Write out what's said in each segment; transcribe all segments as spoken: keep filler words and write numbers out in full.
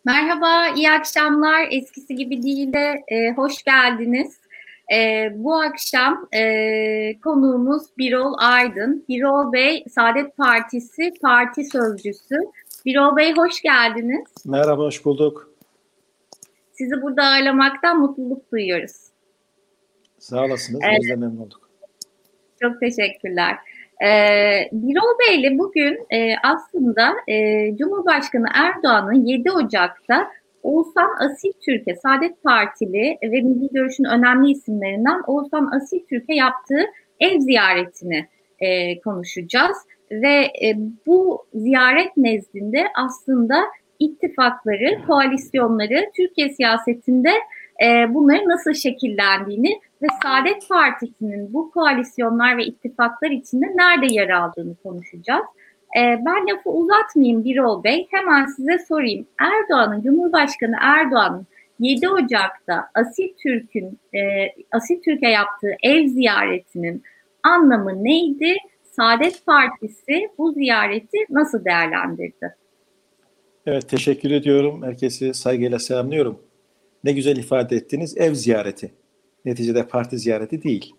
Merhaba, iyi akşamlar. Eskisi gibi değil de e, hoş geldiniz. E, bu akşam e, konuğumuz Birol Aydın. Birol Bey, Saadet Partisi Parti Sözcüsü. Birol Bey, hoş geldiniz. Merhaba, hoş bulduk. Sizi burada ağırlamaktan mutluluk duyuyoruz. Sağ olasınız, E, biz de memnun olduk. Çok teşekkürler. Ee, Birol Bey'le bugün e, aslında e, Cumhurbaşkanı Erdoğan'ın yedi Ocak'ta Oğuzhan Asil Türk'e, Saadet Partili ve Milli Görüş'ün önemli isimlerinden Oğuzhan Asil Türk'e yaptığı ev ziyaretini e, konuşacağız. Ve e, bu ziyaret nezdinde aslında ittifakları, koalisyonları, Türkiye siyasetinde e, bunların nasıl şekillendiğini ve Saadet Partisi'nin bu koalisyonlar ve ittifaklar içinde nerede yer aldığını konuşacağız. Ee, ben lafı uzatmayayım Birol Bey, hemen size sorayım. Erdoğan'ın, Cumhurbaşkanı Erdoğan'ın yedi Ocak'ta Asil Türk'ün e, Asil Türk'e yaptığı ev ziyaretinin anlamı neydi? Saadet Partisi bu ziyareti nasıl değerlendirdi? Evet, teşekkür ediyorum. Herkesi saygıyla selamlıyorum. Ne güzel ifade ettiniz, ev ziyareti. Neticede parti ziyareti değil.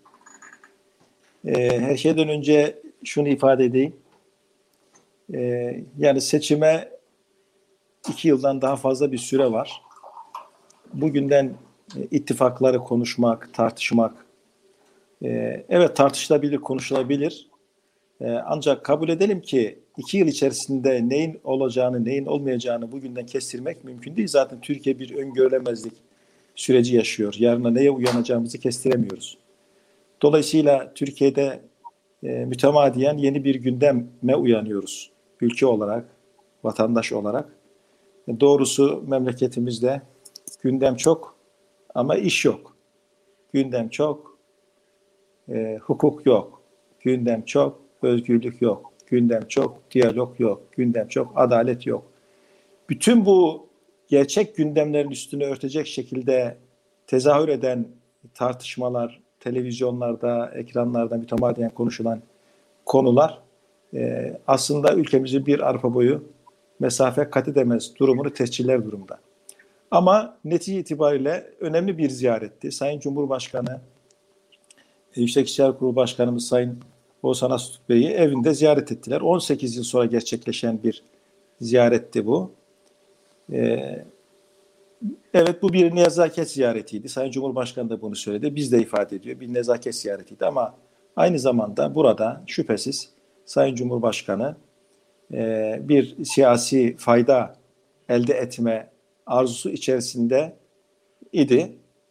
Ee, her şeyden önce şunu ifade edeyim. Ee, yani seçime iki yıldan daha fazla bir süre var. Bugünden e, ittifakları konuşmak, tartışmak, e, evet tartışılabilir, konuşulabilir. E, ancak kabul edelim ki iki yıl içerisinde neyin olacağını, neyin olmayacağını bugünden kestirmek mümkün değil. Zaten Türkiye bir öngörülemezlik süreci yaşıyor. Yarına neye uyanacağımızı kestiremiyoruz. Dolayısıyla Türkiye'de e, mütemadiyen yeni bir gündeme uyanıyoruz. Ülke olarak, vatandaş olarak. E, doğrusu memleketimizde gündem çok ama iş yok. Gündem çok, e, hukuk yok. Gündem çok, özgürlük yok. Gündem çok, diyalog yok. Gündem çok, adalet yok. Bütün bu gerçek gündemlerin üstünü örtecek şekilde tezahür eden tartışmalar, televizyonlarda, ekranlarda mütemadiyen konuşulan konular e, aslında ülkemizi bir arpa boyu mesafe kat edemez durumunu tesciller durumda. Ama netice itibariyle önemli bir ziyaretti. Sayın Cumhurbaşkanı, Yüksek İstişare Kurulu Başkanımız Sayın Oğuzhan Asutürk Bey'i evinde ziyaret ettiler. on sekiz yıl sonra gerçekleşen bir ziyaretti bu. Ee, evet bu bir nezaket ziyaretiydi. Sayın Cumhurbaşkanı da bunu söyledi. Biz de ifade ediyor. Bir nezaket ziyaretiydi ama aynı zamanda burada şüphesiz Sayın Cumhurbaşkanı e, bir siyasi fayda elde etme arzusu içerisinde idi.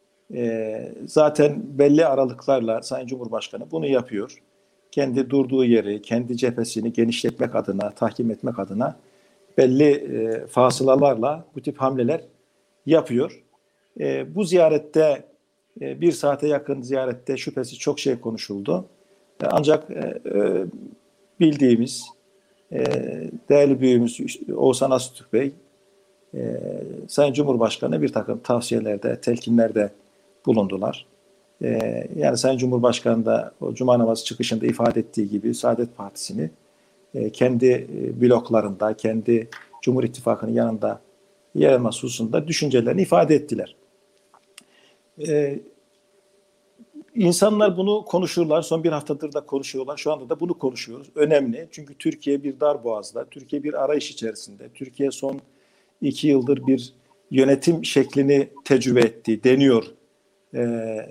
E, zaten belli aralıklarla Sayın Cumhurbaşkanı bunu yapıyor. Kendi durduğu yeri, kendi cephesini genişletmek adına, tahkim etmek adına belli e, fasılalarla bu tip hamleler yapıyor. E, bu ziyarette e, bir saate yakın ziyarette şüphesiz çok şey konuşuldu. E, ancak e, e, bildiğimiz e, değerli büyüğümüz Oğuzhan Asutürk Bey e, Sayın Cumhurbaşkanı bir takım tavsiyelerde, telkinlerde bulundular. E, yani Sayın Cumhurbaşkanı da o Cuma namazı çıkışında ifade ettiği gibi Saadet Partisi'ni e, kendi e, bloklarında, kendi Cumhur İttifakı'nın yanında yer alması hususunda düşüncelerini ifade ettiler. E, insanlar bunu konuşurlar. Son bir haftadır da konuşuyorlar. Şu anda da bunu konuşuyoruz. Önemli. Çünkü Türkiye bir darboğazda, Türkiye bir arayış içerisinde. Türkiye son iki yıldır bir yönetim şeklini tecrübe etti, deniyor. Ee,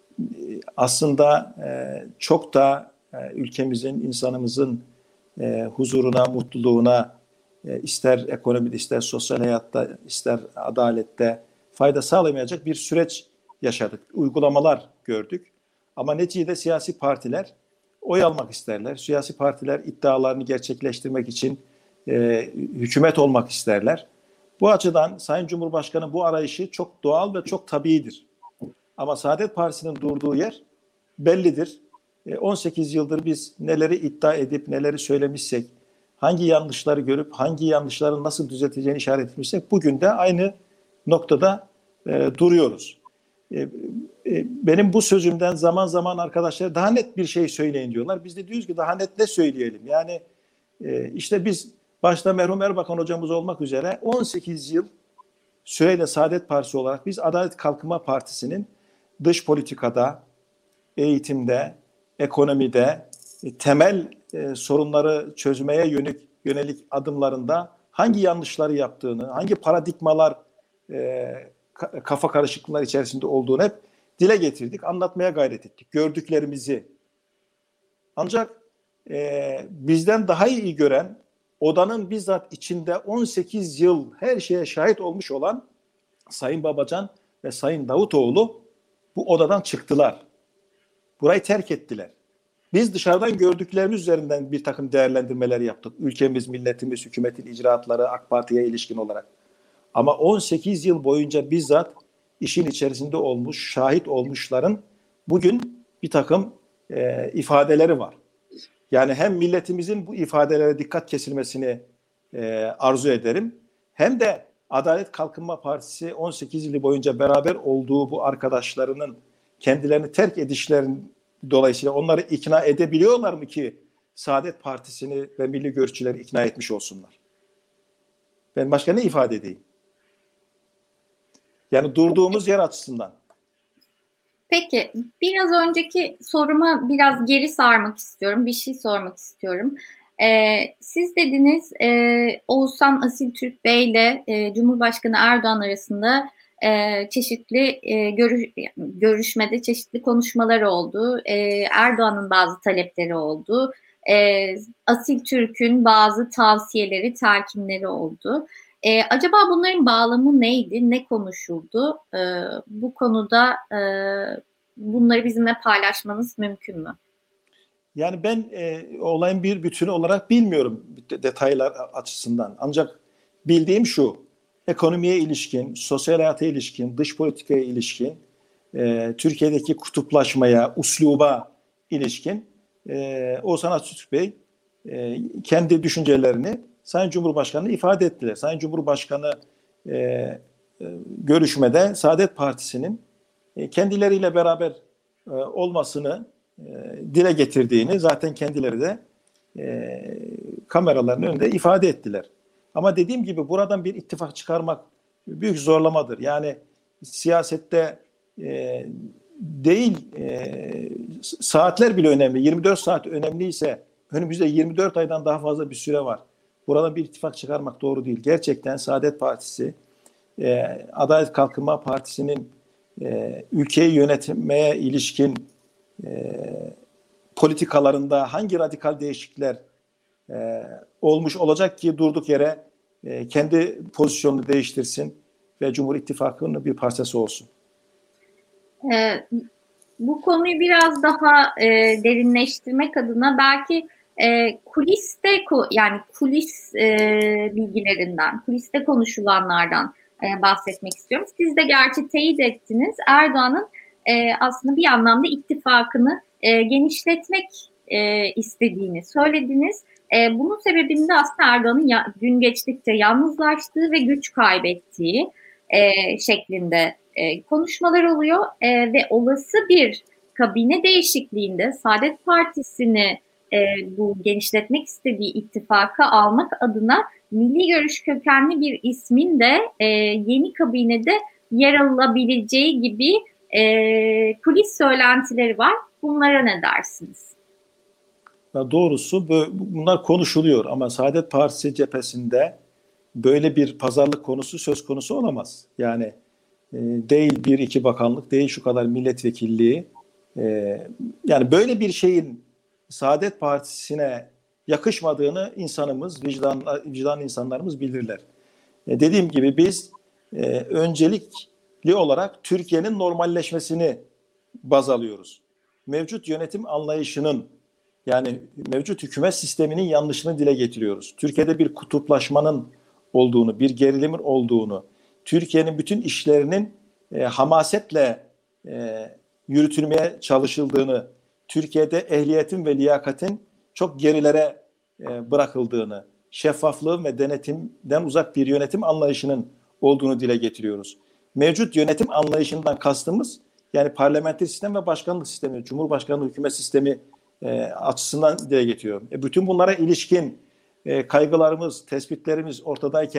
aslında e, çok da e, ülkemizin, insanımızın e, huzuruna, mutluluğuna e, ister ekonomide, ister sosyal hayatta, ister adalette fayda sağlamayacak bir süreç yaşadık. Uygulamalar gördük. Ama neticede siyasi partiler oy almak isterler. Siyasi partiler iddialarını gerçekleştirmek için e, hükümet olmak isterler. Bu açıdan Sayın Cumhurbaşkanı bu arayışı çok doğal ve çok tabiidir. Ama Saadet Partisi'nin durduğu yer bellidir. on sekiz yıldır biz neleri iddia edip neleri söylemişsek, hangi yanlışları görüp hangi yanlışların nasıl düzelteceğini işaret etmişsek bugün de aynı noktada e, duruyoruz. E, e, benim bu sözümden zaman zaman arkadaşlar daha net bir şey söyleyin diyorlar. Biz de diyoruz ki daha net ne söyleyelim? Yani e, işte biz başta merhum Erbakan hocamız olmak üzere on sekiz yıl süreyle Saadet Partisi olarak biz Adalet Kalkınma Partisi'nin dış politikada, eğitimde, ekonomide, e, temel e, sorunları çözmeye yönelik, yönelik adımlarında hangi yanlışları yaptığını, hangi paradigmalar e, kafa karışıklıklar içerisinde olduğunu hep dile getirdik, anlatmaya gayret ettik. Gördüklerimizi. Ancak e, bizden daha iyi gören, odanın bizzat içinde on sekiz yıl her şeye şahit olmuş olan Sayın Babacan ve Sayın Davutoğlu bu odadan çıktılar. Burayı terk ettiler. Biz dışarıdan gördüklerimiz üzerinden bir takım değerlendirmeler yaptık. Ülkemiz, milletimiz, hükümetin icraatları, AK Parti'ye ilişkin olarak. Ama on sekiz yıl boyunca bizzat işin içerisinde olmuş, şahit olmuşların bugün bir takım e, ifadeleri var. Yani hem milletimizin bu ifadelere dikkat kesilmesini e, arzu ederim. Hem de Adalet Kalkınma Partisi on sekiz yıl boyunca beraber olduğu bu arkadaşlarının kendilerini terk edişlerin dolayısıyla onları ikna edebiliyorlar mı ki Saadet Partisi'ni ve milli görüşçüleri ikna etmiş olsunlar? Ben başka ne ifade edeyim? Yani durduğumuz yer açısından. Peki, biraz önceki soruma biraz geri sarmak istiyorum. Bir şey sormak istiyorum. Ee, siz dediniz e, Oğuzhan Asiltürk Bey ile e, Cumhurbaşkanı Erdoğan arasında e, çeşitli e, görüş, görüşmede çeşitli konuşmalar oldu. E, Erdoğan'ın bazı talepleri oldu. E, Asiltürk'ün bazı tavsiyeleri, telkinleri oldu. Ee, acaba bunların bağlamı neydi? Ne konuşuldu? Ee, bu konuda e, bunları bizimle paylaşmanız mümkün mü? Yani ben e, olayın bir bütünü olarak bilmiyorum detaylar açısından. Ancak bildiğim şu, ekonomiye ilişkin, sosyal hayata ilişkin, dış politikaya ilişkin, e, Türkiye'deki kutuplaşmaya, usluba ilişkin e, Oğuzhan Asiltürk Bey e, kendi düşüncelerini Sayın Cumhurbaşkanı ifade ettiler. Sayın Cumhurbaşkanı e, e, görüşmede Saadet Partisi'nin e, kendileriyle beraber e, olmasını e, dile getirdiğini zaten kendileri de e, kameraların önünde ifade ettiler. Ama dediğim gibi buradan bir ittifak çıkarmak büyük zorlamadır. Yani siyasette e, değil e, saatler bile önemli. yirmi dört saat önemliyse önümüzde yirmi dört aydan daha fazla bir süre var. Buradan bir ittifak çıkarmak doğru değil. Gerçekten Saadet Partisi, e, Adalet Kalkınma Partisi'nin e, ülkeyi yönetmeye ilişkin e, politikalarında hangi radikal değişiklikler e, olmuş olacak ki durduk yere e, kendi pozisyonunu değiştirsin ve Cumhur İttifakı'nın bir parçası olsun. Ee, bu konuyu biraz daha e, derinleştirmek adına belki e, kuliste yani kulis e, bilgilerinden, kuliste konuşulanlardan e, bahsetmek istiyorum. Siz de gerçi teyit ettiniz. Erdoğan'ın e, aslında bir anlamda ittifakını e, genişletmek e, istediğini söylediniz. E, bunun sebebinde aslında Erdoğan'ın ya, gün geçtikçe yalnızlaştığı ve güç kaybettiği e, şeklinde e, konuşmalar oluyor e, ve olası bir kabine değişikliğinde Saadet Partisi'ni e, bu genişletmek istediği ittifaka almak adına milli görüş kökenli bir ismin de e, yeni kabinede yer alabileceği gibi e, kulis söylentileri var. Bunlara ne dersiniz? Ya doğrusu bunlar konuşuluyor ama Saadet Partisi cephesinde böyle bir pazarlık konusu söz konusu olamaz. Yani e, değil bir iki bakanlık, değil şu kadar milletvekilliği. E, yani böyle bir şeyin Saadet Partisi'ne yakışmadığını insanımız, vicdan, vicdan insanlarımız bilirler. E, dediğim gibi biz e, öncelikli olarak Türkiye'nin normalleşmesini baz alıyoruz. Mevcut yönetim anlayışının yani mevcut hükümet sisteminin yanlışını dile getiriyoruz. Türkiye'de bir kutuplaşmanın olduğunu, bir gerilimin olduğunu, Türkiye'nin bütün işlerinin e, hamasetle e, yürütülmeye çalışıldığını, Türkiye'de ehliyetin ve liyakatin çok gerilere e, bırakıldığını, şeffaflığın ve denetimden uzak bir yönetim anlayışının olduğunu dile getiriyoruz. Mevcut yönetim anlayışından kastımız yani parlamenter sistem ve başkanlık sistemi, cumhurbaşkanlığı hükümet sistemi e, açısından dile getiriyorum. E, bütün bunlara ilişkin e, kaygılarımız, tespitlerimiz ortadayken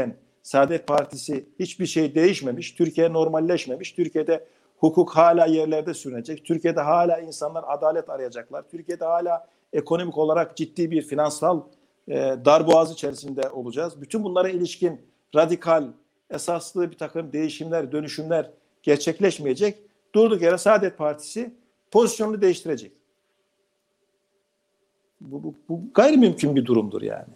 Saadet Partisi hiçbir şey değişmemiş. Türkiye normalleşmemiş. Türkiye'de hukuk hala yerlerde sürünecek. Türkiye'de hala insanlar adalet arayacaklar. Türkiye'de hala ekonomik olarak ciddi bir finansal e, darboğaz içerisinde olacağız. Bütün bunlara ilişkin radikal, esaslı bir takım değişimler, dönüşümler gerçekleşmeyecek. Durduk yere Saadet Partisi pozisyonunu değiştirecek. Bu, bu, bu gayrimümkün bir durumdur yani.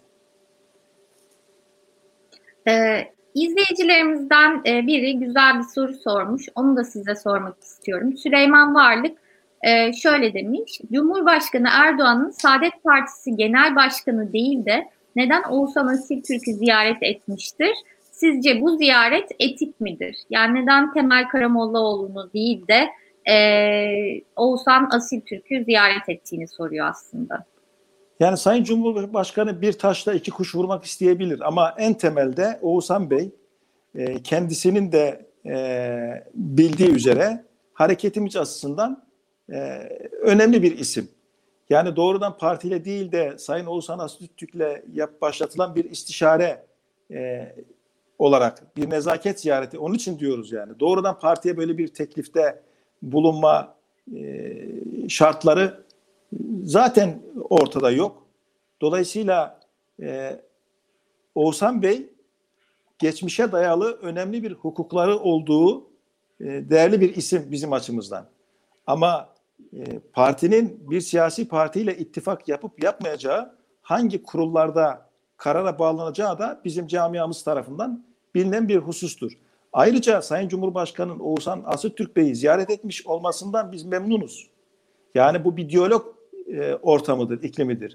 Ee, izleyicilerimizden e, biri güzel bir soru sormuş. Onu da size sormak istiyorum. Süleyman Varlık e, şöyle demiş. Cumhurbaşkanı Erdoğan'ın Saadet Partisi Genel Başkanı değil de neden Oğuzhan Asiltürk'ü ziyaret etmiştir? Sizce bu ziyaret etik midir? Yani neden Temel Karamollaoğlu'nu değil de e, Oğuzhan Asiltürk'ü ziyaret ettiğini soruyor aslında. Yani Sayın Cumhurbaşkanı bir taşla iki kuş vurmak isteyebilir ama en temelde Oğuzhan Bey e, kendisinin de e, bildiği üzere hareketimiz açısından e, önemli bir isim. Yani doğrudan partiyle değil de Sayın Oğuzhan Asiltürk'le yap başlatılan bir istişare e, olarak bir nezaket ziyareti. Onun için diyoruz yani. Doğrudan partiye böyle bir teklifte bulunma e, şartları zaten ortada yok. Dolayısıyla e, Oğuzhan Bey geçmişe dayalı önemli bir hukukları olduğu e, değerli bir isim bizim açımızdan. Ama e, partinin bir siyasi partiyle ittifak yapıp yapmayacağı, hangi kurullarda karara bağlanacağı da bizim camiamız tarafından bilinen bir husustur. Ayrıca Sayın Cumhurbaşkanı'nın Oğuzhan Asiltürk Bey'i ziyaret etmiş olmasından biz memnunuz. Yani bu bir diyalog e, ortamıdır, iklimidir.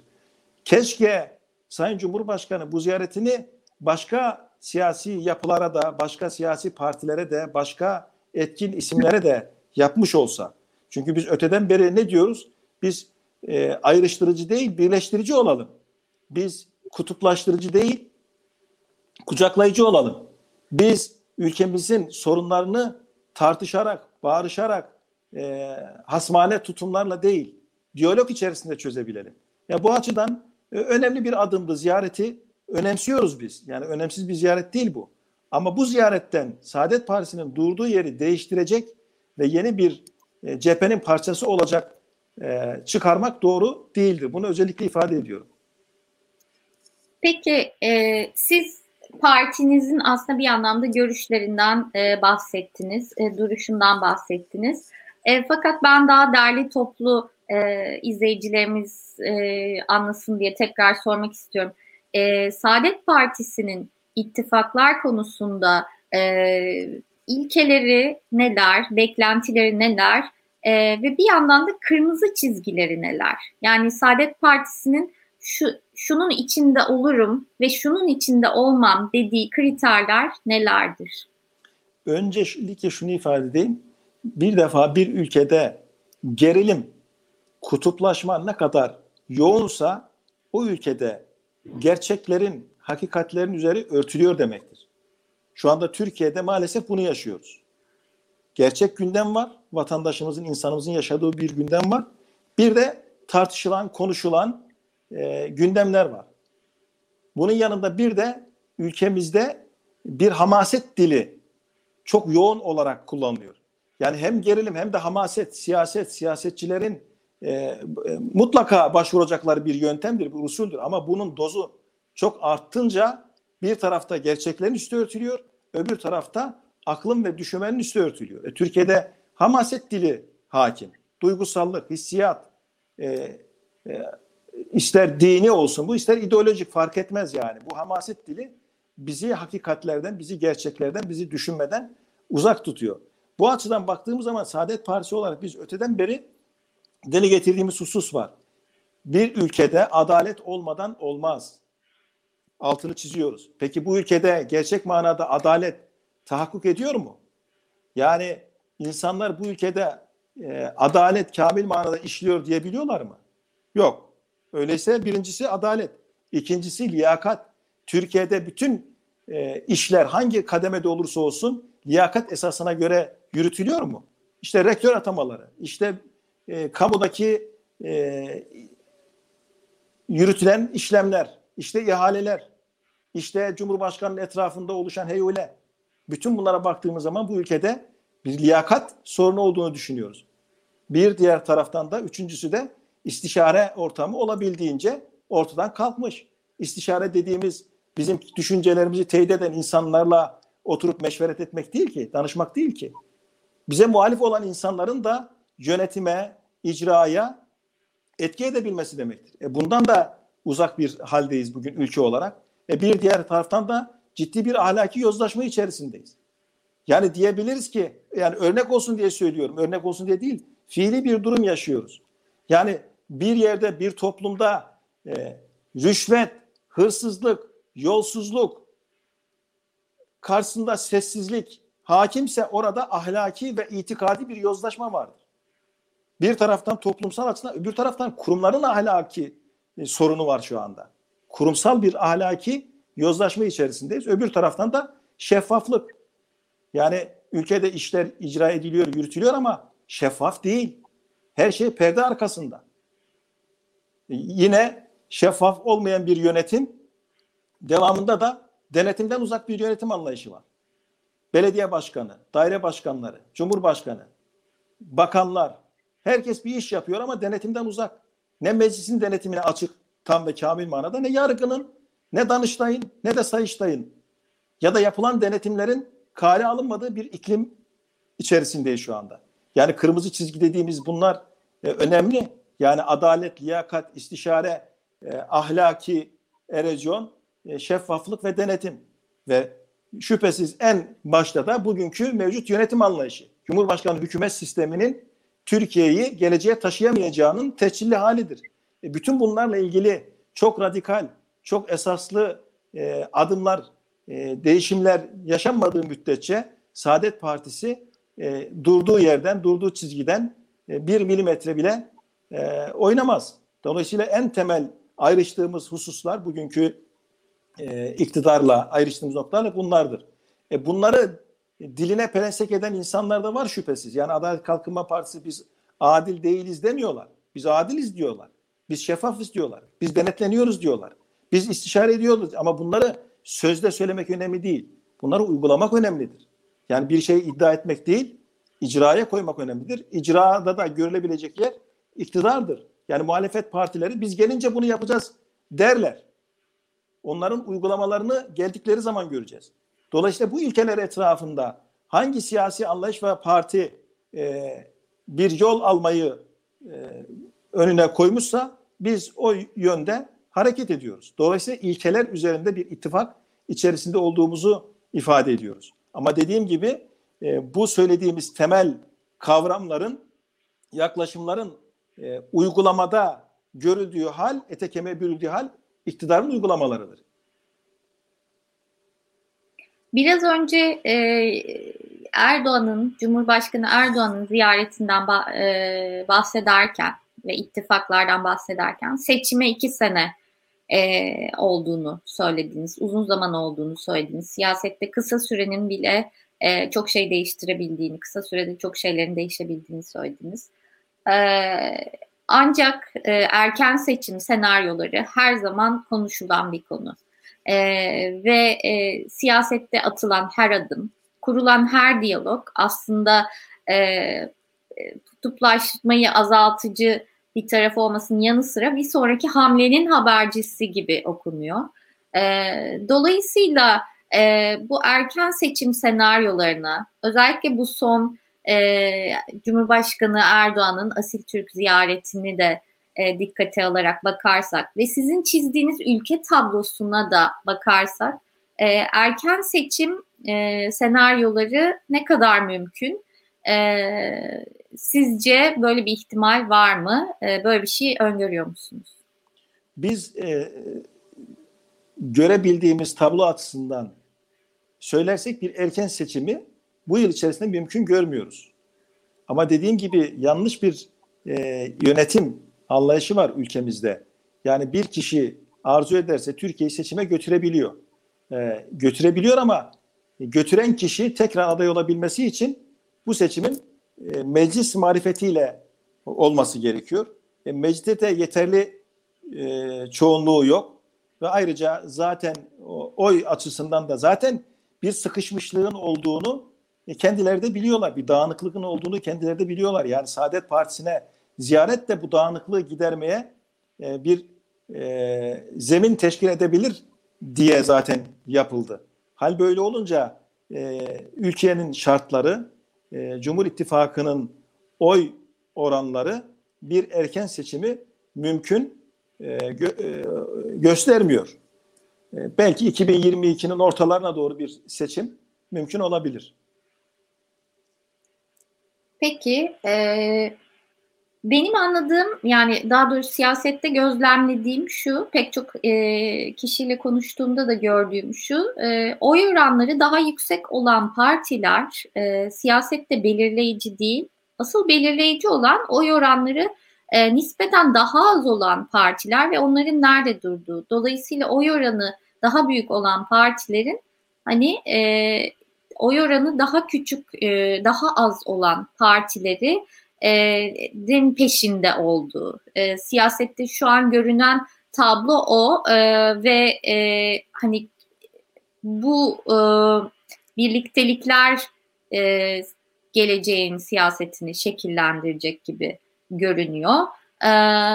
Keşke Sayın Cumhurbaşkanı bu ziyaretini başka siyasi yapılara da, başka siyasi partilere de, başka etkin isimlere de yapmış olsa. Çünkü biz öteden beri ne diyoruz? Biz e, ayrıştırıcı değil, birleştirici olalım. Biz kutuplaştırıcı değil, kucaklayıcı olalım. Biz ülkemizin sorunlarını tartışarak, bağırışarak, e, hasmane tutumlarla değil, diyalog içerisinde çözebilelim. Ya bu açıdan e, önemli bir adımdı ziyareti. Önemsiyoruz biz. Yani önemsiz bir ziyaret değil bu. Ama bu ziyaretten Saadet Partisi'nin durduğu yeri değiştirecek ve yeni bir e, cephenin parçası olacak e, çıkarmak doğru değildir. Bunu özellikle ifade ediyorum. Peki e, siz partinizin aslında bir anlamda görüşlerinden e, bahsettiniz, e, duruşundan bahsettiniz. E, fakat ben daha derli toplu e, izleyicilerimiz e, anlasın diye tekrar sormak istiyorum. E, Saadet Partisi'nin ittifaklar konusunda e, ilkeleri neler, beklentileri neler e, ve bir yandan da kırmızı çizgileri neler? Yani Saadet Partisi'nin şu şunun içinde olurum ve şunun içinde olmam dediği kriterler nelerdir? Öncelikle şunu ifade edeyim. Bir defa bir ülkede gerilim, kutuplaşma ne kadar yoğunsa o ülkede gerçeklerin, hakikatlerin üzeri örtülüyor demektir. Şu anda Türkiye'de maalesef bunu yaşıyoruz. Gerçek gündem var, vatandaşımızın, insanımızın yaşadığı bir gündem var. Bir de tartışılan, konuşulan e, gündemler var. Bunun yanında bir de ülkemizde bir hamaset dili çok yoğun olarak kullanılıyor. Yani hem gerilim hem de hamaset, siyaset, siyasetçilerin e, e, mutlaka başvuracakları bir yöntemdir, bir usuldür. Ama bunun dozu çok arttınca bir tarafta gerçeklerin üstü örtülüyor, öbür tarafta aklın ve düşünmenin üstü örtülüyor. E, Türkiye'de hamaset dili hakim. Duygusallık, hissiyat, e, e, ister dini olsun bu, ister ideolojik fark etmez yani. Bu hamaset dili bizi hakikatlerden, bizi gerçeklerden, bizi düşünmeden uzak tutuyor. Bu açıdan baktığımız zaman Saadet Partisi olarak biz öteden beri dile getirdiğimiz husus var. Bir ülkede adalet olmadan olmaz. Altını çiziyoruz. Peki bu ülkede gerçek manada adalet tahakkuk ediyor mu? Yani insanlar bu ülkede e, adalet kamil manada işliyor diyebiliyorlar mı? Yok. Öyleyse birincisi adalet. İkincisi liyakat. Türkiye'de bütün e, işler hangi kademede olursa olsun liyakat esasına göre yürütülüyor mu? İşte rektör atamaları, işte e, kamudaki e, yürütülen işlemler, işte ihaleler. işte Cumhurbaşkanı'nın etrafında oluşan heyule. Bütün bunlara baktığımız zaman bu ülkede bir liyakat sorunu olduğunu düşünüyoruz. Bir diğer taraftan da üçüncüsü de istişare ortamı olabildiğince ortadan kalkmış. İstişare dediğimiz bizim düşüncelerimizi teyit eden insanlarla oturup meşveret etmek değil ki, danışmak değil ki. Bize muhalif olan insanların da yönetime, icraya etki edebilmesi demektir. E bundan da uzak bir haldeyiz bugün ülke olarak. E bir diğer taraftan da ciddi bir ahlaki yozlaşma içerisindeyiz. Yani diyebiliriz ki, yani örnek olsun diye söylüyorum, örnek olsun diye değil, fiili bir durum yaşıyoruz. Yani bir yerde, bir toplumda e, rüşvet, hırsızlık, yolsuzluk, karşısında sessizlik hakimse orada ahlaki ve itikadi bir yozlaşma vardır. Bir taraftan toplumsal açıdan, öbür taraftan kurumların ahlaki e, sorunu var şu anda. Kurumsal bir ahlaki yozlaşma içerisindeyiz. Öbür taraftan da şeffaflık. Yani ülkede işler icra ediliyor, yürütülüyor ama şeffaf değil. Her şey perde arkasında. E, yine şeffaf olmayan bir yönetim, devamında da denetimden uzak bir yönetim anlayışı var. Belediye başkanı, daire başkanları, cumhurbaşkanı, bakanlar, herkes bir iş yapıyor ama denetimden uzak. Ne meclisin denetimine açık, tam ve kamil manada, ne yargının, ne Danıştay'ın, ne de Sayıştay'ın ya da yapılan denetimlerin kale alınmadığı bir iklim içerisindeyiz şu anda. Yani kırmızı çizgi dediğimiz bunlar e, önemli. Yani adalet, liyakat, istişare, e, ahlaki erozyon, e, şeffaflık ve denetim ve şüphesiz en başta da bugünkü mevcut yönetim anlayışı. Cumhurbaşkanı hükümet sisteminin Türkiye'yi geleceğe taşıyamayacağının tescilli halidir. E, bütün bunlarla ilgili çok radikal, çok esaslı e, adımlar, e, değişimler yaşanmadığı müddetçe Saadet Partisi e, durduğu yerden, durduğu çizgiden e, bir milimetre bile e, oynamaz. Dolayısıyla en temel ayrıştığımız hususlar, bugünkü e, iktidarla ayrıştığımız noktalar bunlardır. E, bunları diline pelesenk eden insanlar da var şüphesiz. Yani Adalet Kalkınma Partisi biz adil değiliz demiyorlar. Biz adiliz diyorlar. Biz şeffafız diyorlar. Biz denetleniyoruz diyorlar. Biz istişare ediyoruz ama bunları sözde söylemek önemli değil. Bunları uygulamak önemlidir. Yani bir şeyi iddia etmek değil, icraya koymak önemlidir. İcrada da görülebilecek yer iktidardır. Yani muhalefet partileri biz gelince bunu yapacağız derler. Onların uygulamalarını geldikleri zaman göreceğiz. Dolayısıyla bu ilkeler etrafında hangi siyasi anlayış ve parti e, bir yol almayı e, önüne koymuşsa biz o yönde hareket ediyoruz. Dolayısıyla ilkeler üzerinde bir ittifak içerisinde olduğumuzu ifade ediyoruz. Ama dediğim gibi e, bu söylediğimiz temel kavramların, yaklaşımların e, uygulamada görüldüğü hal, ete kemiğe bürüldüğü hal iktidarın uygulamalarıdır. Biraz önce e, Erdoğan'ın, Cumhurbaşkanı Erdoğan'ın ziyaretinden e, bahsederken ve ittifaklardan bahsederken seçime iki sene e, olduğunu söylediniz, uzun zaman olduğunu söylediniz. Siyasette kısa sürenin bile e, çok şey değiştirebildiğini, kısa sürede çok şeylerin değişebildiğini söylediniz. E, ancak e, erken seçim senaryoları her zaman konuşulan bir konu. Ee, ve e, siyasette atılan her adım, kurulan her diyalog aslında e, kutuplaşmayı azaltıcı bir tarafı olmasının yanı sıra bir sonraki hamlenin habercisi gibi okunuyor. E, dolayısıyla e, bu erken seçim senaryolarına, özellikle bu son e, Cumhurbaşkanı Erdoğan'ın Asil Türk ziyaretini de E, dikkate alarak bakarsak ve sizin çizdiğiniz ülke tablosuna da bakarsak e, erken seçim e, senaryoları ne kadar mümkün? E, sizce böyle bir ihtimal var mı? E, böyle bir şey öngörüyor musunuz? Biz e, görebildiğimiz tablo açısından söylersek bir erken seçimi bu yıl içerisinde mümkün görmüyoruz. Ama dediğim gibi yanlış bir e, yönetim anlayışı var ülkemizde. Yani bir kişi arzu ederse Türkiye'yi seçime götürebiliyor. Ee, götürebiliyor ama götüren kişi tekrar aday olabilmesi için bu seçimin e, meclis marifetiyle olması gerekiyor. E, mecliste de yeterli e, çoğunluğu yok. ve ayrıca zaten o, oy açısından da zaten bir sıkışmışlığın olduğunu kendileri de biliyorlar. Bir dağınıklığın olduğunu kendileri de biliyorlar. Yani Saadet Partisi'ne ziyaret de bu dağınıklığı gidermeye e, bir e, zemin teşkil edebilir diye zaten yapıldı. Hal böyle olunca e, ülkenin şartları, e, Cumhur İttifakı'nın oy oranları bir erken seçimi mümkün e, gö, e, göstermiyor. E, belki iki bin yirmi ikinin ortalarına doğru bir seçim mümkün olabilir. Peki, e, benim anladığım, yani daha doğrusu siyasette gözlemlediğim şu, pek çok e, kişiyle konuştuğumda da gördüğüm şu, e, oy oranları daha yüksek olan partiler e, siyasette belirleyici değil. Asıl belirleyici olan oy oranları e, nispeten daha az olan partiler ve onların nerede durduğu. Dolayısıyla oy oranı daha büyük olan partilerin hani e, oy oranı daha küçük, e, daha az olan partileri din peşinde olduğu, e, siyasette şu an görünen tablo o e, ve e, hani bu e, birliktelikler e, geleceğin siyasetini şekillendirecek gibi görünüyor. E,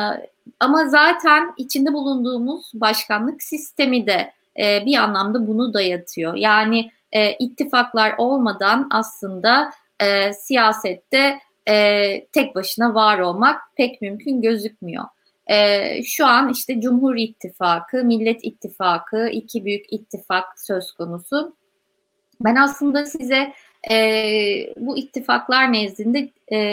ama zaten içinde bulunduğumuz başkanlık sistemi de e, bir anlamda bunu dayatıyor. Yani e, ittifaklar olmadan aslında e, siyasette e, tek başına var olmak pek mümkün gözükmüyor. E, şu an işte Cumhur İttifakı, Millet İttifakı, iki büyük ittifak söz konusu. Ben aslında size e, bu ittifaklar nezdinde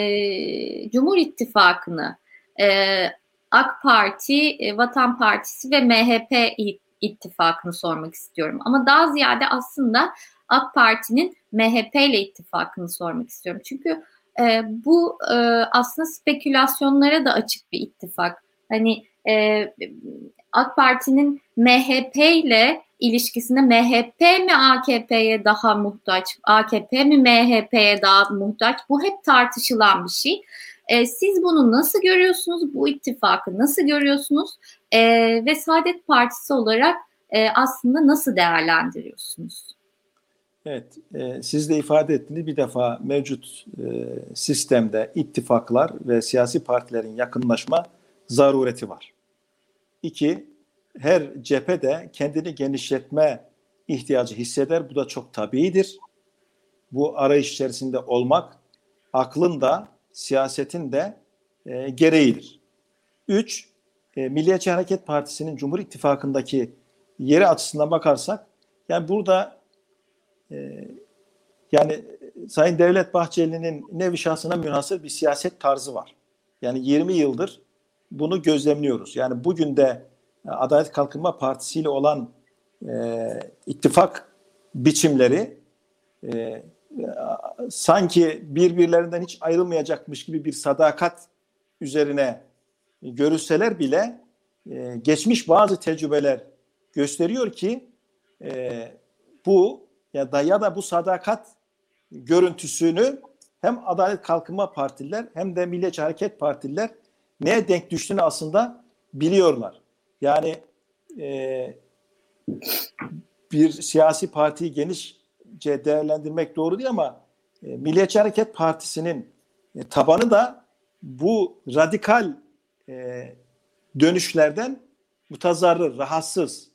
e, Cumhur İttifakı'nı, e, AK Parti, e, Vatan Partisi ve M H P ittifakını sormak istiyorum. Ama daha ziyade aslında AK Parti'nin M H P ile ittifakını sormak istiyorum. Çünkü e, bu e, aslında spekülasyonlara da açık bir ittifak. Hani e, AK Parti'nin M H P ile ilişkisinde M H P mi A K P'ye daha muhtaç, A K P mi M H P'ye daha muhtaç? Bu hep tartışılan bir şey. E, siz bunu nasıl görüyorsunuz? Bu ittifakı nasıl görüyorsunuz? E, ve Saadet Partisi olarak e, aslında nasıl değerlendiriyorsunuz? Evet, e, siz de ifade ettiniz. Bir defa mevcut e, sistemde ittifaklar ve siyasi partilerin yakınlaşma zarureti var. İki, her cephe de kendini genişletme ihtiyacı hisseder. Bu da çok tabiidir. Bu arayış içerisinde olmak aklın da siyasetin de e, gereğidir. Üç, e, Milliyetçi Hareket Partisi'nin Cumhur İttifakı'ndaki yeri açısından bakarsak, yani burada e, yani Sayın Devlet Bahçeli'nin nevi şahsına münhasır bir siyaset tarzı var. Yani yirmi yıldır bunu gözlemliyoruz. Yani bugün de Adalet Kalkınma Partisi ile olan e, ittifak biçimleri e, sanki birbirlerinden hiç ayrılmayacakmış gibi bir sadakat üzerine görülseler bile e, geçmiş bazı tecrübeler gösteriyor ki e, bu ya da ya da bu sadakat görüntüsünü hem Adalet Kalkınma Partililer hem de Milliyetçi Hareket Partililer neye denk düştüğünü aslında biliyorlar. Yani e, bir siyasi partiyi genişçe değerlendirmek doğru değil ama e, Milliyetçi Hareket Partisi'nin e, tabanı da bu radikal e, dönüşlerden mutazarrır, rahatsız.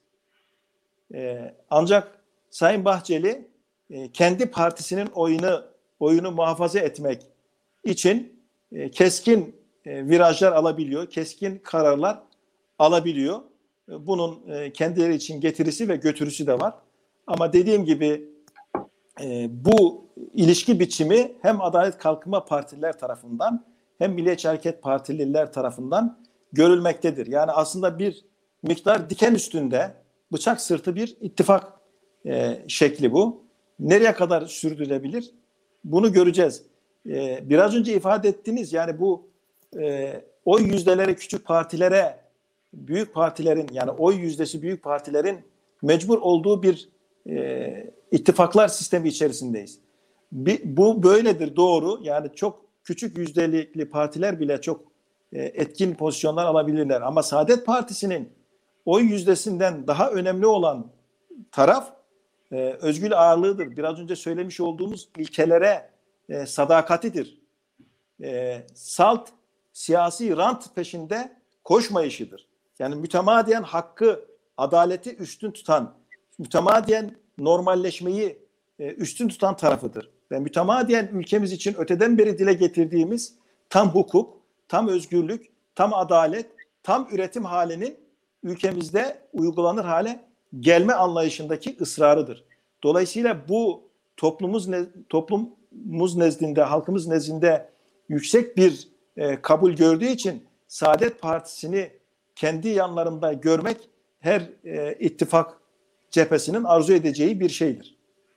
E, ancak Sayın Bahçeli e, kendi partisinin oyunu oyunu muhafaza etmek için e, keskin e, virajlar alabiliyor, keskin kararlar alabiliyor. E, bunun e, kendileri için getirisi ve götürüsü de var. Ama dediğim gibi e, bu ilişki biçimi hem Adalet Kalkınma Partililer tarafından hem Milliyetçi Hareket Partililer tarafından görülmektedir. Yani aslında bir miktar diken üstünde bıçak sırtı bir ittifak e, şekli bu. Nereye kadar sürdürülebilir? Bunu göreceğiz. E, biraz önce ifade ettiniz, yani bu e, oy yüzdeleri küçük partilere, büyük partilerin, yani oy yüzdesi büyük partilerin mecbur olduğu bir e, ittifaklar sistemi içerisindeyiz. Bir, bu böyledir, doğru. Yani çok küçük yüzdelikli partiler bile çok e, etkin pozisyonlar alabilirler. Ama Saadet Partisi'nin oy yüzdesinden daha önemli olan taraf e, özgür ağırlığıdır. Biraz önce söylemiş olduğumuz ilkelere e, sadakatidir. E, salt siyasi rant peşinde koşmayışıdır. Yani mütemadiyen hakkı, adaleti üstün tutan, mütemadiyen normalleşmeyi e, üstün tutan tarafıdır. Ve mütemadiyen ülkemiz için öteden beri dile getirdiğimiz tam hukuk, tam özgürlük, tam adalet, tam üretim halinin ülkemizde uygulanır hale gelme anlayışındaki ısrarıdır. Dolayısıyla bu toplumumuz, toplumumuz nezdinde, halkımız nezdinde yüksek bir e, kabul gördüğü için Saadet Partisi'ni kendi yanlarında görmek her e, ittifak cephesinin arzu edeceği bir şeydir.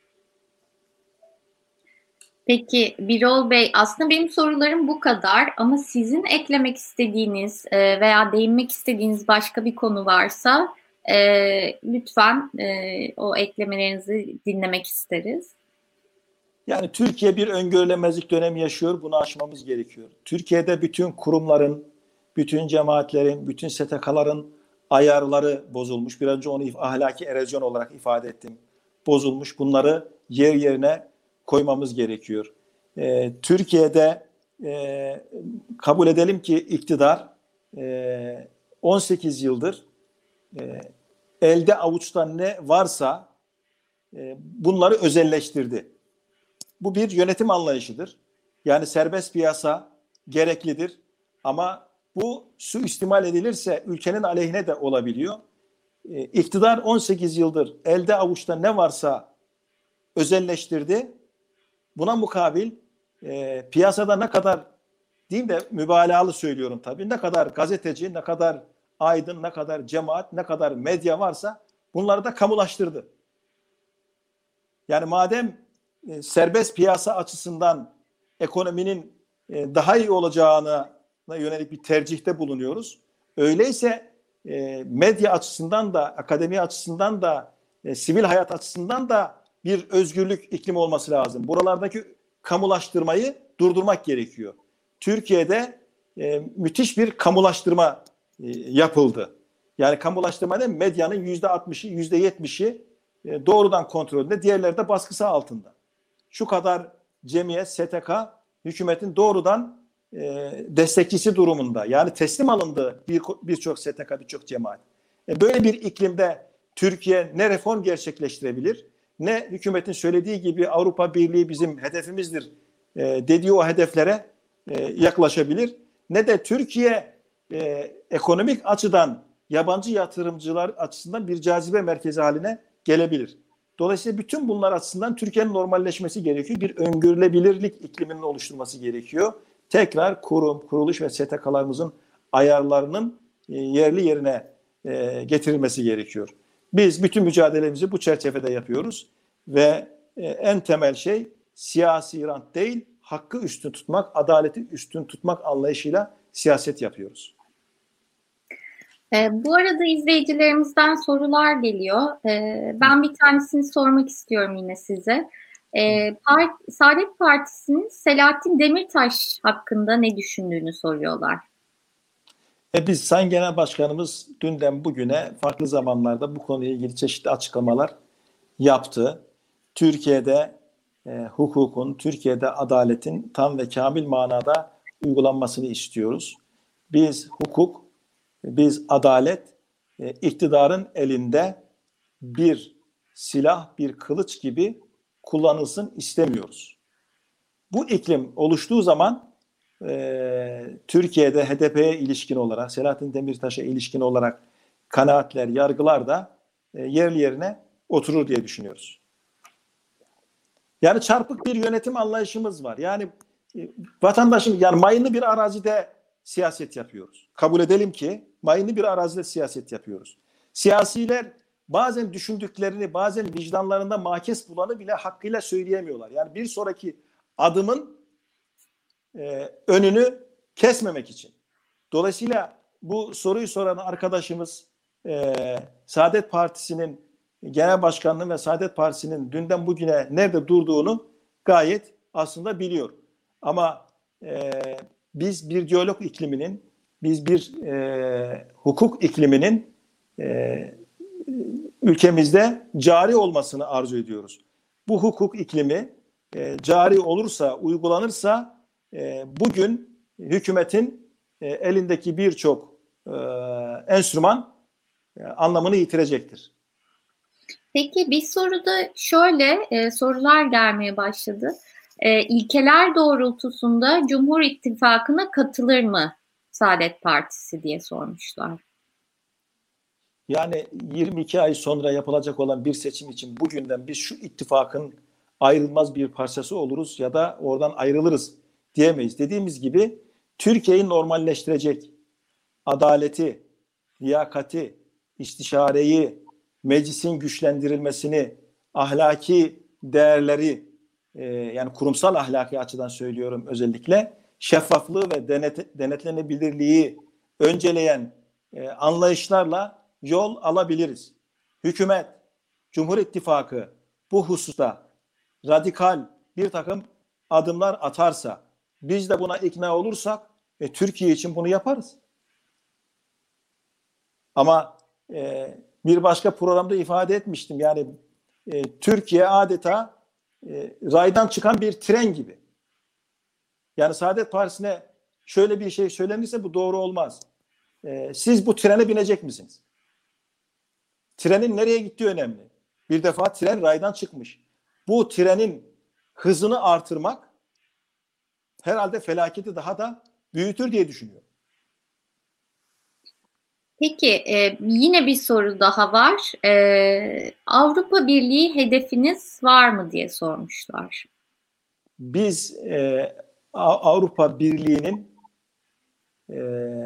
Peki Birol Bey, aslında benim sorularım bu kadar ama sizin eklemek istediğiniz e, veya değinmek istediğiniz başka bir konu varsa e, lütfen e, o eklemelerinizi dinlemek isteriz. Yani Türkiye bir öngörülemezlik dönemi yaşıyor, bunu aşmamız gerekiyor. Türkiye'de bütün kurumların, bütün cemaatlerin, bütün S T K'ların ayarları bozulmuş. Bir önce onu ahlaki erozyon olarak ifade ettim. Bozulmuş. Bunları yer yerine koymamız gerekiyor. Ee, Türkiye'de e, kabul edelim ki iktidar e, on sekiz yıldır e, elde avuçta ne varsa e, bunları özelleştirdi. Bu bir yönetim anlayışıdır. Yani serbest piyasa gereklidir ama bu suistimal edilirse ülkenin aleyhine de olabiliyor. E, iktidar on sekiz yıldır elde avuçta ne varsa özelleştirdi. Buna mukabil e, piyasada ne kadar, diyeyim de mübalağalı söylüyorum tabii, ne kadar gazeteci, ne kadar aydın, ne kadar cemaat, ne kadar medya varsa bunları da kamulaştırdı. Yani madem e, serbest piyasa açısından ekonominin e, daha iyi olacağına yönelik bir tercihte bulunuyoruz. Öyleyse e, medya açısından da, akademi açısından da, e, sivil hayat açısından da bir özgürlük iklimi olması lazım. Buralardaki kamulaştırmayı durdurmak gerekiyor. Türkiye'de e, müthiş bir kamulaştırma e, yapıldı. Yani kamulaştırma ne? Medyanın yüzde altmışı, yüzde yetmişi e, doğrudan kontrolünde, diğerleri de baskısı altında. Şu kadar cemiyet, S T K, hükümetin doğrudan e, destekçisi durumunda. Yani teslim alındı birçok bir S T K, birçok cemaat. E, böyle bir iklimde Türkiye ne reform gerçekleştirebilir, ne hükümetin söylediği gibi Avrupa Birliği bizim hedefimizdir e, dediği o hedeflere e, yaklaşabilir, ne de Türkiye e, ekonomik açıdan yabancı yatırımcılar açısından bir cazibe merkezi haline gelebilir. Dolayısıyla bütün bunlar açısından Türkiye'nin normalleşmesi gerekiyor. Bir öngörülebilirlik ikliminin oluşturması gerekiyor. Tekrar kurum, kuruluş ve S T K'larımızın ayarlarının e, yerli yerine e, getirilmesi gerekiyor. Biz bütün mücadelemizi bu çerçevede yapıyoruz ve e, en temel şey siyasi rant değil, hakkı üstün tutmak, adaleti üstün tutmak anlayışıyla siyaset yapıyoruz. E, bu arada izleyicilerimizden sorular geliyor. E, ben bir tanesini sormak istiyorum yine size. E, Part, Saadet Partisi'nin Selahattin Demirtaş hakkında ne düşündüğünü soruyorlar. E biz Sayın Genel Başkanımız dünden bugüne farklı zamanlarda bu konuyla ilgili çeşitli açıklamalar yaptı. Türkiye'de e, hukukun, Türkiye'de adaletin tam ve kamil manada uygulanmasını istiyoruz. Biz hukuk, biz adalet, e, iktidarın elinde bir silah, bir kılıç gibi kullanılsın istemiyoruz. Bu iklim oluştuğu zaman e, Türkiye'de H D P'ye ilişkin olarak, Selahattin Demirtaş'a ilişkin olarak kanaatler, yargılar da e, yerli yerine oturur diye düşünüyoruz. Yani çarpık bir yönetim anlayışımız var. Yani e, vatandaşın, yani mayınlı bir arazide siyaset yapıyoruz. Kabul edelim ki mayınlı bir arazide siyaset yapıyoruz. Siyasiler bazen düşündüklerini, bazen vicdanlarında makes bulanı bile hakkıyla söyleyemiyorlar. Yani bir sonraki adımın e, önünü kesmemek için. Dolayısıyla bu soruyu soran arkadaşımız e, Saadet Partisi'nin Genel Başkanlığı ve Saadet Partisi'nin dünden bugüne nerede durduğunu gayet aslında biliyor. Ama e, biz bir diyalog ikliminin, biz bir e, hukuk ikliminin e, ülkemizde cari olmasını arzu ediyoruz. Bu hukuk iklimi e, cari olursa, uygulanırsa e, bugün hükümetin e, elindeki birçok e, enstrüman e, anlamını yitirecektir. Peki bir soruda şöyle e, sorular gelmeye başladı. E, ilkeler doğrultusunda Cumhur İttifakı'na katılır mı Saadet Partisi diye sormuşlar. Yani yirmi iki ay sonra yapılacak olan bir seçim için bugünden biz şu ittifakın ayrılmaz bir parçası oluruz ya da oradan ayrılırız diyemeyiz. Dediğimiz gibi Türkiye'yi normalleştirecek adaleti, liyakati, istişareyi, meclisin güçlendirilmesini, ahlaki değerleri, e, yani kurumsal ahlaki açıdan söylüyorum özellikle, şeffaflığı ve denet, denetlenebilirliği önceleyen e, anlayışlarla yol alabiliriz. Hükümet, Cumhur İttifakı bu hususta radikal bir takım adımlar atarsa, biz de buna ikna olursak e, Türkiye için bunu yaparız. Ama e, bir başka programda ifade etmiştim. Yani e, Türkiye adeta e, raydan çıkan bir tren gibi. Yani Saadet Partisi'ne şöyle bir şey söylenirse bu doğru olmaz. E, siz bu trene binecek misiniz? Trenin nereye gittiği önemli. Bir defa tren raydan çıkmış. Bu trenin hızını artırmak herhalde felaketi daha da büyütür diye düşünüyorum. Peki e, yine bir soru daha var. E, Avrupa Birliği hedefiniz var mı diye sormuşlar. Biz e, Avrupa Birliği'nin e,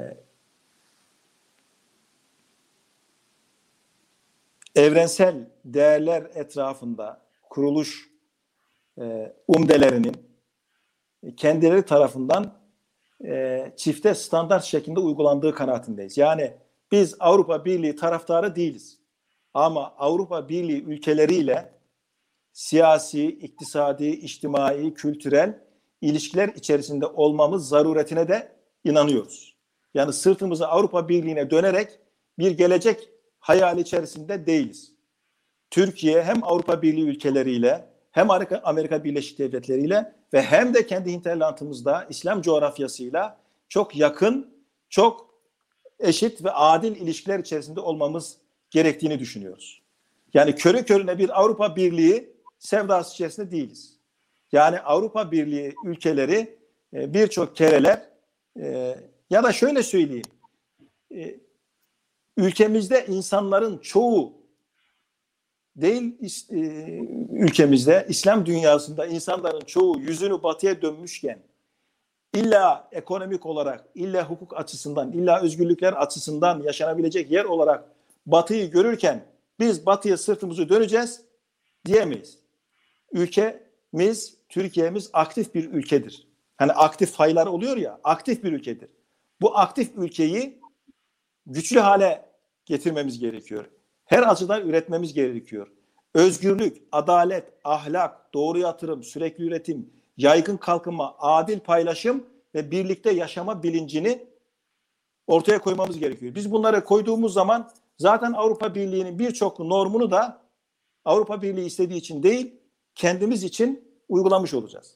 evrensel değerler etrafında kuruluş e, umdelerinin kendileri tarafından e, çifte standart şeklinde uygulandığı kanaatindeyiz. Yani biz Avrupa Birliği taraftarı değiliz. Ama Avrupa Birliği ülkeleriyle siyasi, iktisadi, içtimai, kültürel ilişkiler içerisinde olmamız zaruretine de inanıyoruz. Yani sırtımızı Avrupa Birliği'ne dönerek bir gelecek hayali içerisinde değiliz. Türkiye hem Avrupa Birliği ülkeleriyle hem Amerika Birleşik Devletleri ile ve hem de kendi hinterlandımızda İslam coğrafyasıyla çok yakın, çok eşit ve adil ilişkiler içerisinde olmamız gerektiğini düşünüyoruz. Yani körü körüne bir Avrupa Birliği sevdası içerisinde değiliz. Yani Avrupa Birliği ülkeleri birçok kereler ya da şöyle söyleyeyim, ülkemizde insanların çoğu değil, ülkemizde İslam dünyasında insanların çoğu yüzünü batıya dönmüşken illa ekonomik olarak, illa hukuk açısından, illa özgürlükler açısından yaşanabilecek yer olarak batıyı görürken biz batıya sırtımızı döneceğiz diyemeyiz. Ülkemiz, Türkiye'miz aktif bir ülkedir. Hani aktif faylar oluyor ya, aktif bir ülkedir. Bu aktif ülkeyi güçlü hale getirmemiz gerekiyor. Her açıdan üretmemiz gerekiyor. Özgürlük, adalet, ahlak, doğru yatırım, sürekli üretim, yaygın kalkınma, adil paylaşım ve birlikte yaşama bilincini ortaya koymamız gerekiyor. Biz bunları koyduğumuz zaman zaten Avrupa Birliği'nin birçok normunu da Avrupa Birliği istediği için değil, kendimiz için uygulamış olacağız.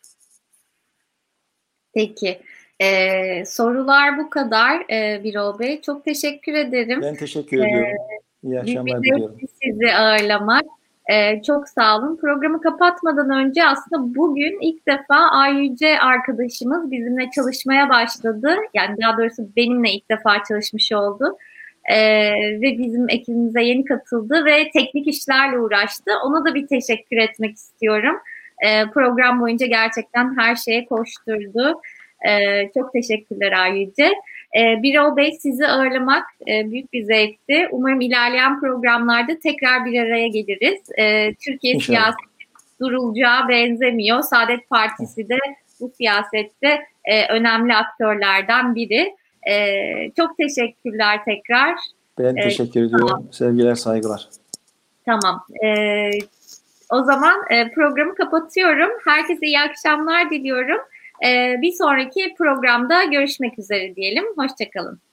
Peki. Ee, sorular bu kadar ee, Birol Bey. Çok teşekkür ederim. Ben teşekkür ediyorum. Ee, İyi akşamlar diliyorum. Sizi ağırlamak. Ee, çok sağ olun. Programı kapatmadan önce aslında bugün ilk defa Ayyüce arkadaşımız bizimle çalışmaya başladı. Yani daha doğrusu benimle ilk defa çalışmış oldu. Ee, ve bizim ekibimize yeni katıldı ve teknik işlerle uğraştı. Ona da bir teşekkür etmek istiyorum. Ee, program boyunca gerçekten her şeye koşturdu. Ee, çok teşekkürler Ayyüce. Ee, Birol Bey, sizi ağırlamak e, büyük bir zevkti. Umarım ilerleyen programlarda tekrar bir araya geliriz. Ee, Türkiye siyaseti durulacağı benzemiyor. Saadet Partisi de bu siyasette e, önemli aktörlerden biri. Ee, çok teşekkürler tekrar. Ben teşekkür ee, ediyorum. Tamam. Sevgiler, saygılar. Tamam. Ee, o zaman e, programı kapatıyorum. Herkese iyi akşamlar diliyorum. Ee, bir sonraki programda görüşmek üzere diyelim. Hoşça kalın.